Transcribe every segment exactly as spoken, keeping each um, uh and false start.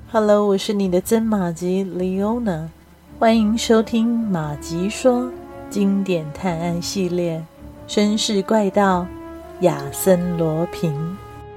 Hello， 我是你的曾马吉 Leona， 欢迎收听马吉说经典探案系列，绅士怪盗亚森罗平。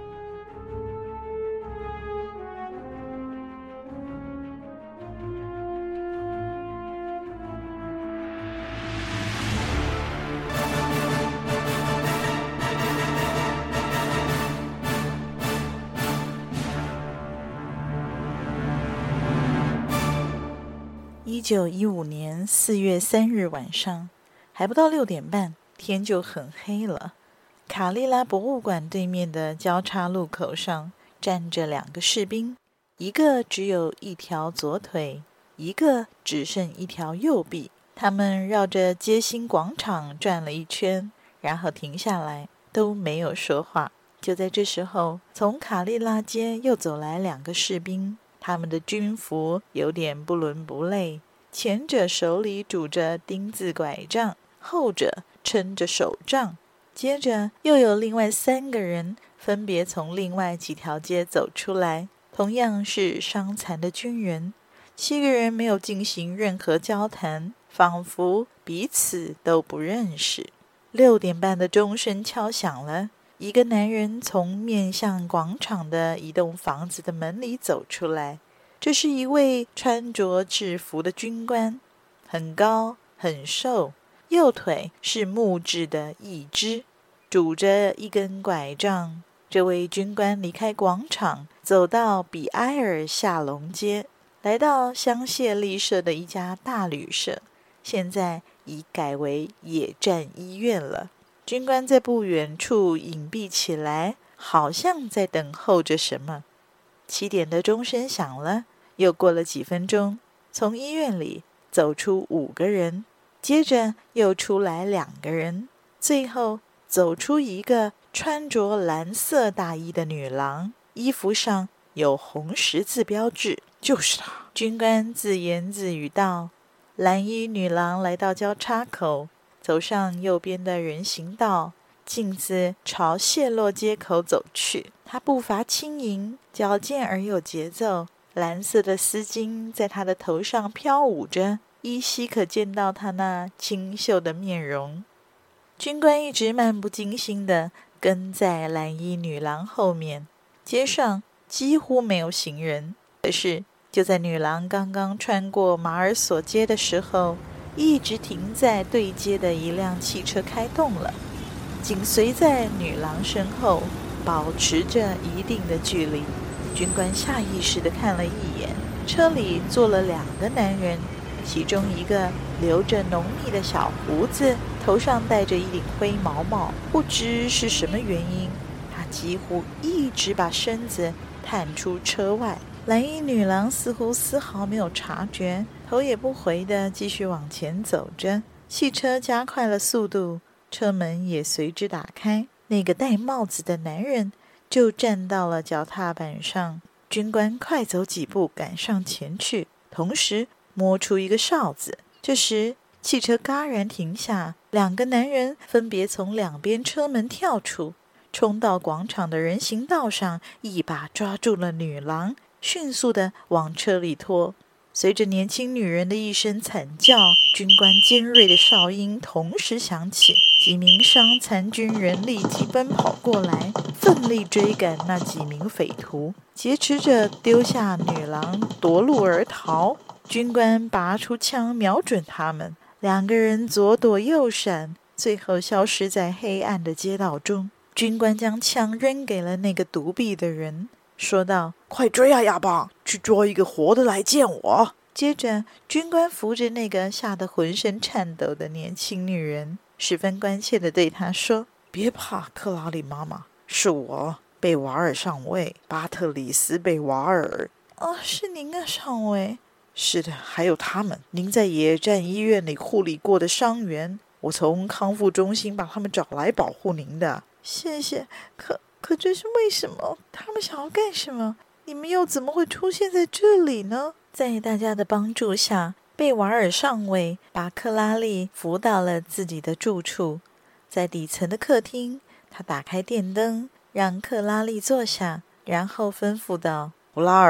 一九一五年四月三日晚上，还不到六点半，天就很黑了。卡利拉博物馆对面的交叉路口上站着两个士兵，一个只有一条左腿，一个只剩一条右臂。他们绕着街心广场转了一圈，然后停下来，都没有说话。就在这时候，从卡利拉街又走来两个士兵，他们的军服有点不伦不类，前者手里拄着钉子拐杖，后者撑着手杖。接着又有另外三个人分别从另外几条街走出来，同样是伤残的军人。七个人没有进行任何交谈，仿佛彼此都不认识。六点半的钟声敲响了，一个男人从面向广场的一栋房子的门里走出来。这是一位穿着制服的军官，很高很瘦，右腿是木质的义肢，拄着一根拐杖。这位军官离开广场，走到比埃尔下龙街，来到香榭丽舍的一家大旅社，现在已改为野战医院了。军官在不远处隐蔽起来，好像在等候着什么。七点的钟声响了，又过了几分钟，从医院里走出五个人，接着又出来两个人，最后走出一个穿着蓝色大衣的女郎，衣服上有红十字标志。就是她，军官自言自语道。蓝衣女郎来到交叉口，走上右边的人行道，径自朝谢洛街口走去。她步伐轻盈，矫健而有节奏，蓝色的丝巾在她的头上飘舞着，依稀可见到她那清秀的面容。军官一直漫不经心地跟在蓝衣女郎后面，街上几乎没有行人。可是就在女郎刚刚穿过马尔索街的时候，一直停在对街的一辆汽车开动了，紧随在女郎身后，保持着一定的距离。军官下意识地看了一眼，车里坐了两个男人，其中一个留着浓密的小胡子，头上戴着一顶灰毛帽，不知是什么原因，他几乎一直把身子探出车外。蓝衣女郎似乎丝毫没有察觉，头也不回地继续往前走着。汽车加快了速度，车门也随之打开，那个戴帽子的男人就站到了脚踏板上。军官快走几步赶上前去，同时摸出一个哨子。这时汽车戛然停下，两个男人分别从两边车门跳出，冲到广场的人行道上，一把抓住了女郎，迅速地往车里拖。随着年轻女人的一声惨叫，军官尖锐的哨音同时响起，几名伤残军人立即奔跑过来，奋力追赶那几名匪徒。劫持者丢下女郎夺路而逃，军官拔出枪瞄准他们，两个人左躲右闪，最后消失在黑暗的街道中。军官将枪扔给了那个独臂的人，说道：快追啊哑巴，去捉一个活的来见我。接着军官扶着那个吓得浑身颤抖的年轻女人，十分关切地对她说：别怕，克拉里妈妈，是我，贝瓦尔上尉，巴特里斯·贝瓦尔。哦，是您啊，上尉。是的，还有他们，您在野战医院里护理过的伤员，我从康复中心把他们找来保护您的。谢谢，可可这是为什么？他们想要干什么？你们又怎么会出现在这里呢？在大家的帮助下，贝瓦尔上尉把克拉丽扶到了自己的住处。在底层的客厅，他打开电灯，让克拉丽坐下，然后吩咐道：布拉尔，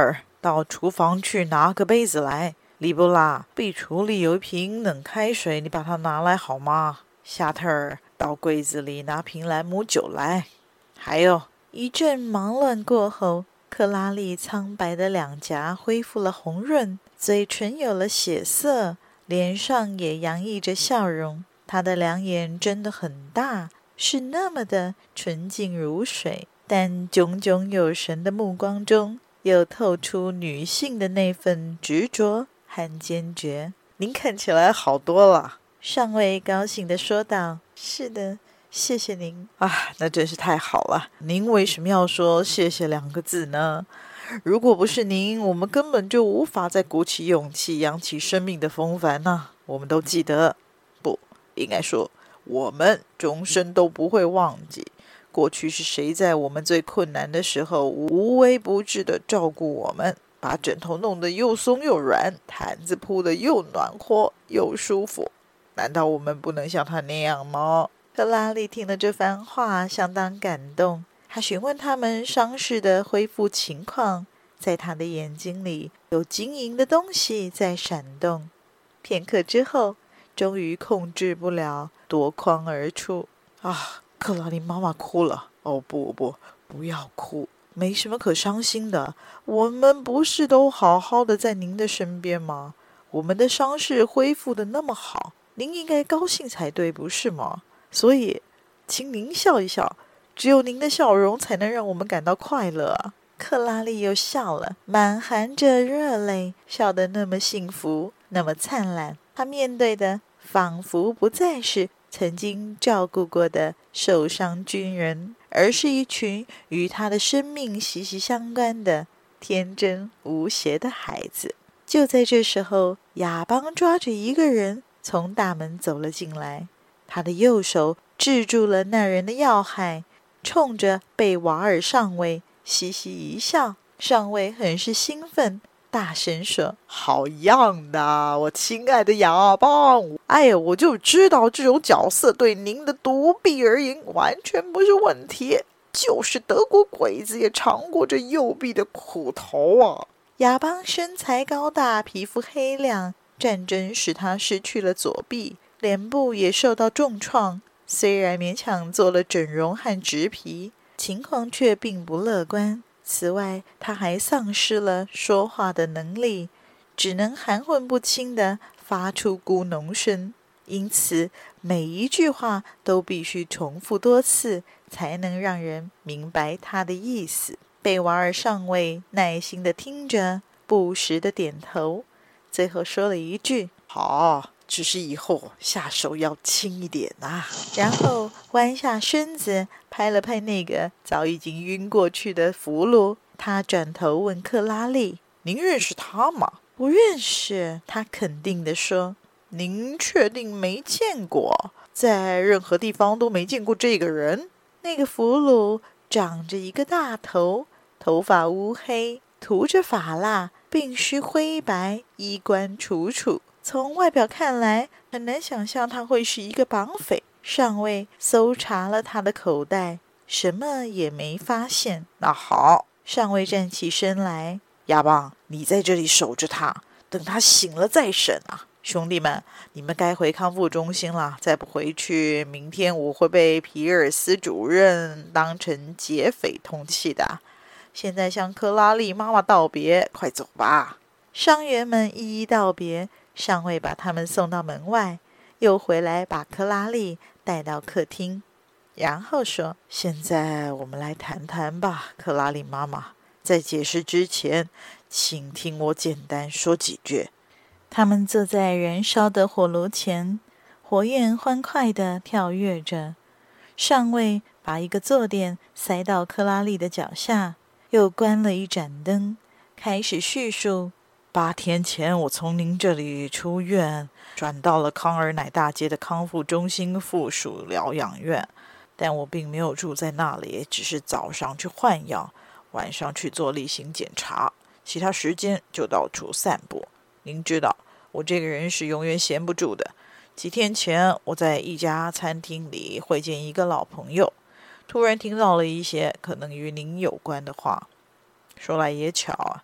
到厨房去拿个杯子来。利布拉，壁橱里有一瓶冷开水，你把它拿来好吗？夏特尔，到柜子里拿瓶兰姆酒来。还有，一阵忙乱过后，克拉丽苍白的两颊恢复了红润，嘴唇有了血色，脸上也洋溢着笑容。她的两眼真的很大，是那么的纯净如水，但炯炯有神的目光中又透出女性的那份执着和坚决。您看起来好多了，上尉高兴地说道。是的，谢谢您啊，那真是太好了。您为什么要说谢谢两个字呢？如果不是您，我们根本就无法再鼓起勇气扬起生命的风帆呢。我们都记得，不应该说我们终身都不会忘记过去是谁在我们最困难的时候无微不至地照顾我们，把枕头弄得又松又软，毯子铺得又暖和又舒服。难道我们不能像他那样吗？克拉丽听了这番话，相当感动。他询问他们伤势的恢复情况，在他的眼睛里有晶莹的东西在闪动。片刻之后，终于控制不了，夺眶而出。啊，克拉丽妈妈哭了。哦，不不，不要哭，没什么可伤心的。我们不是都好好的在您的身边吗？我们的伤势恢复得那么好，您应该高兴才对，不是吗？所以，请您笑一笑，只有您的笑容才能让我们感到快乐啊。克拉丽又笑了，满含着热泪，笑得那么幸福，那么灿烂。她面对的仿佛不再是曾经照顾过的受伤军人，而是一群与她的生命息息相关的天真无邪的孩子。就在这时候，亚邦抓着一个人从大门走了进来，他的右手制住了那人的要害，冲着贝瓦尔上尉嘻嘻一笑。上尉很是兴奋，大声说：好样的，我亲爱的亚邦！哎呀，我就知道这种角色对您的独臂而言完全不是问题，就是德国鬼子也尝过这右臂的苦头啊。亚邦身材高大，皮肤黑亮，战争使他失去了左臂，脸部也受到重创，虽然勉强做了整容和植皮，情况却并不乐观。此外，他还丧失了说话的能力，只能含混不清地发出咕哝声，因此每一句话都必须重复多次，才能让人明白他的意思。贝瓦尔上尉耐心地听着，不时地点头，最后说了一句：好，只是以后下手要轻一点啊。然后弯下身子拍了拍那个早已经晕过去的俘虏。他转头问克拉丽：您认识他吗？不认识，他肯定地说。您确定没见过？在任何地方都没见过这个人？那个俘虏长着一个大头，头发乌黑，涂着发蜡，鬓须灰白，衣冠楚楚。从外表看来，很难想象他会是一个绑匪。上尉搜查了他的口袋，什么也没发现。那好，上尉站起身来：亚邦，你在这里守着他，等他醒了再审啊。兄弟们，你们该回康复中心了，再不回去，明天我会被皮尔斯主任当成劫匪通缉的。现在向克拉丽妈妈道别，快走吧。伤员们一一道别，上尉把他们送到门外，又回来把克拉丽带到客厅，然后说：现在我们来谈谈吧，克拉丽妈妈。在解释之前，请听我简单说几句。他们坐在燃烧的火炉前，火焰欢快地跳跃着。上尉把一个坐垫塞到克拉丽的脚下，又关了一盏灯，开始叙述：八天前我从您这里出院，转到了康尔乃大街的康复中心附属疗养院，但我并没有住在那里，只是早上去换药，晚上去做例行检查，其他时间就到处散步。您知道，我这个人是永远闲不住的。几天前，我在一家餐厅里会见一个老朋友，突然听到了一些可能与您有关的话。说来也巧啊，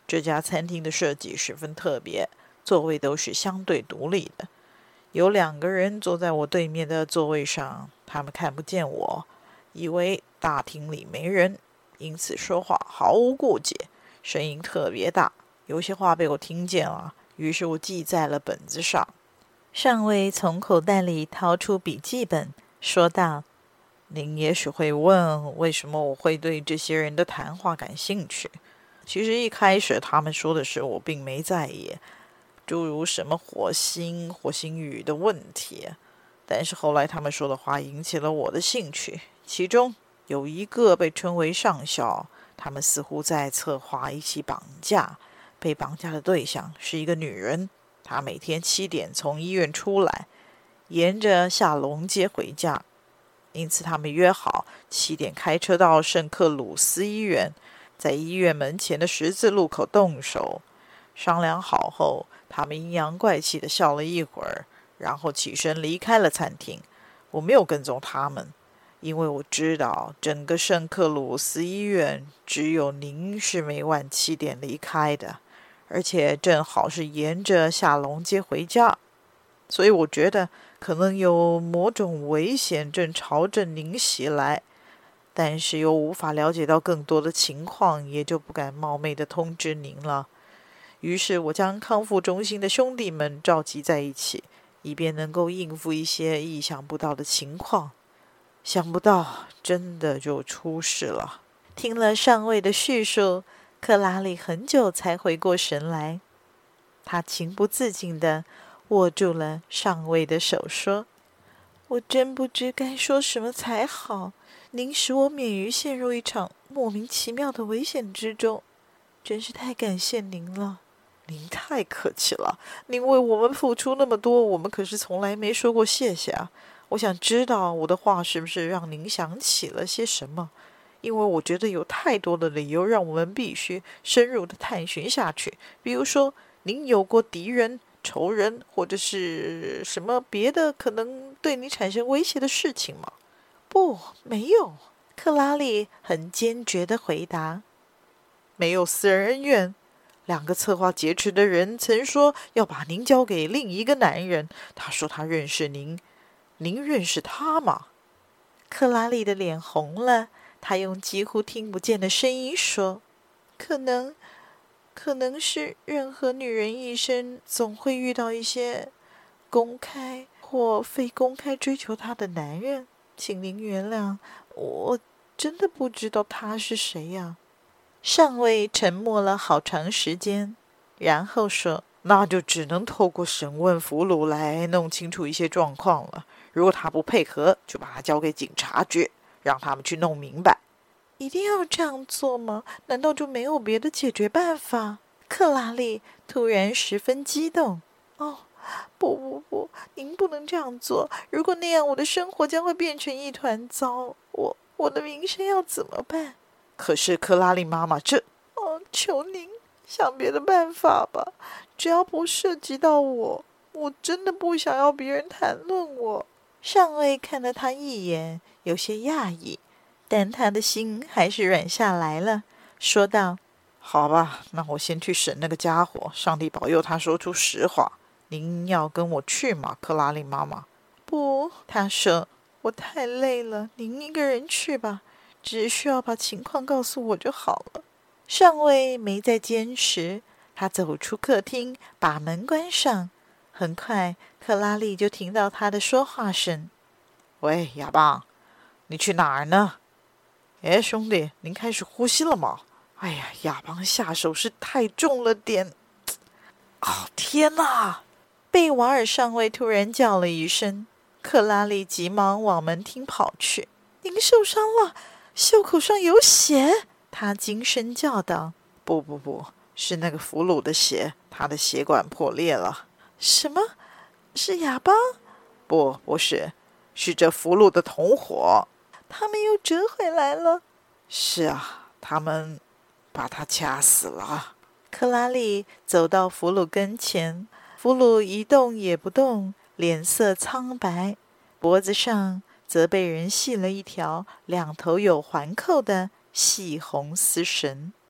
这家餐厅的设计十分特别，座位都是相对独立的。有两个人坐在我对面的座位上，他们看不见我，以为大厅里没人，因此说话毫无顾忌，声音特别大，有些话被我听见了，于是我记在了本子上。上尉从口袋里掏出笔记本，说道：您也许会问，为什么我会对这些人的谈话感兴趣？其实一开始他们说的事我并没在意，诸如什么火星、火星语的问题。但是后来他们说的话引起了我的兴趣，其中有一个被称为上校，他们似乎在策划一起绑架，被绑架的对象是一个女人，她每天七点从医院出来，沿着下龙街回家，因此他们约好七点开车到圣克鲁斯医院，在医院门前的十字路口动手。商量好后，他们阴阳怪气地笑了一会儿，然后起身离开了餐厅。我没有跟踪他们，因为我知道整个圣克鲁斯医院只有您是每晚七点离开的，而且正好是沿着下龙街回家，所以我觉得可能有某种危险正朝着您袭来，但是又无法了解到更多的情况，也就不敢冒昧地通知您了。于是我将康复中心的兄弟们召集在一起，以便能够应付一些意想不到的情况。想不到真的就出事了。听了上尉的叙述，克拉里很久才回过神来，他情不自禁地握住了上尉的手，说：我真不知该说什么才好，您使我免于陷入一场莫名其妙的危险之中，真是太感谢您了。您太客气了，您为我们付出那么多，我们可是从来没说过谢谢啊。我想知道我的话是不是让您想起了些什么，因为我觉得有太多的理由让我们必须深入的探寻下去。比如说，您有过敌人、仇人，或者是什么别的可能对你产生威胁的事情吗？不，没有。克拉里很坚决地回答。没有私人恩怨。两个策划劫持的人曾说要把您交给另一个男人，他说他认识您，您认识他吗？克拉里的脸红了，他用几乎听不见的声音说：可能可能是任何女人一生总会遇到一些公开或非公开追求她的男人，请您原谅，我真的不知道他是谁呀。上尉沉默了好长时间，然后说：那就只能透过审问俘虏来弄清楚一些状况了。如果他不配合，就把他交给警察局，让他们去弄明白。一定要这样做吗？难道就没有别的解决办法？克拉丽突然十分激动。哦，不不不，您不能这样做，如果那样我的生活将会变成一团糟，我我的名声要怎么办？可是克拉丽妈妈，这……哦，求您想别的办法吧，只要不涉及到我，我真的不想要别人谈论我。上尉看了他一眼，有些讶异，但他的心还是软下来了，说道：好吧，那我先去审那个家伙，上帝保佑他说出实话。您要跟我去吗，克拉丽妈妈？不，他说，我太累了，您一个人去吧，只需要把情况告诉我就好了。上尉没再坚持，他走出客厅，把门关上。很快，克拉丽就听到他的说话声：喂，亚邦，你去哪儿呢？哎，兄弟，您开始呼吸了吗？哎呀，亚邦下手是太重了点。哦，天哪！贝瓦尔上尉突然叫了一声，克拉丽急忙往门厅跑去。您受伤了，袖口上有血！他惊声叫道。不不不，是那个俘虏的血，他的血管破裂了。什么？是哑巴？不，不是，是这俘虏的同伙。他们又折回来了。是啊，他们把他掐死了。克拉丽走到俘虏跟前，俘虏一动也不动，脸色苍白，脖子上则被人系了一条两头有环扣的细红丝绳。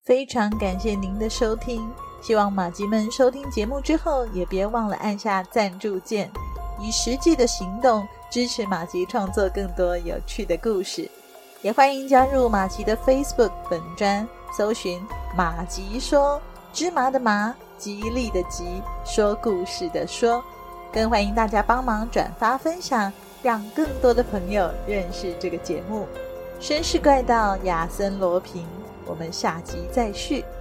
非常感谢您的收听，希望马吉们收听节目之后也别忘了按下赞助键，以实际的行动支持马吉创作更多有趣的故事。也欢迎加入马吉的 Facebook 本专，搜寻马吉说，芝麻的麻，吉利的吉，说故事的说。更欢迎大家帮忙转发分享，让更多的朋友认识这个节目。绅士怪盗亚森罗平，我们下集再续。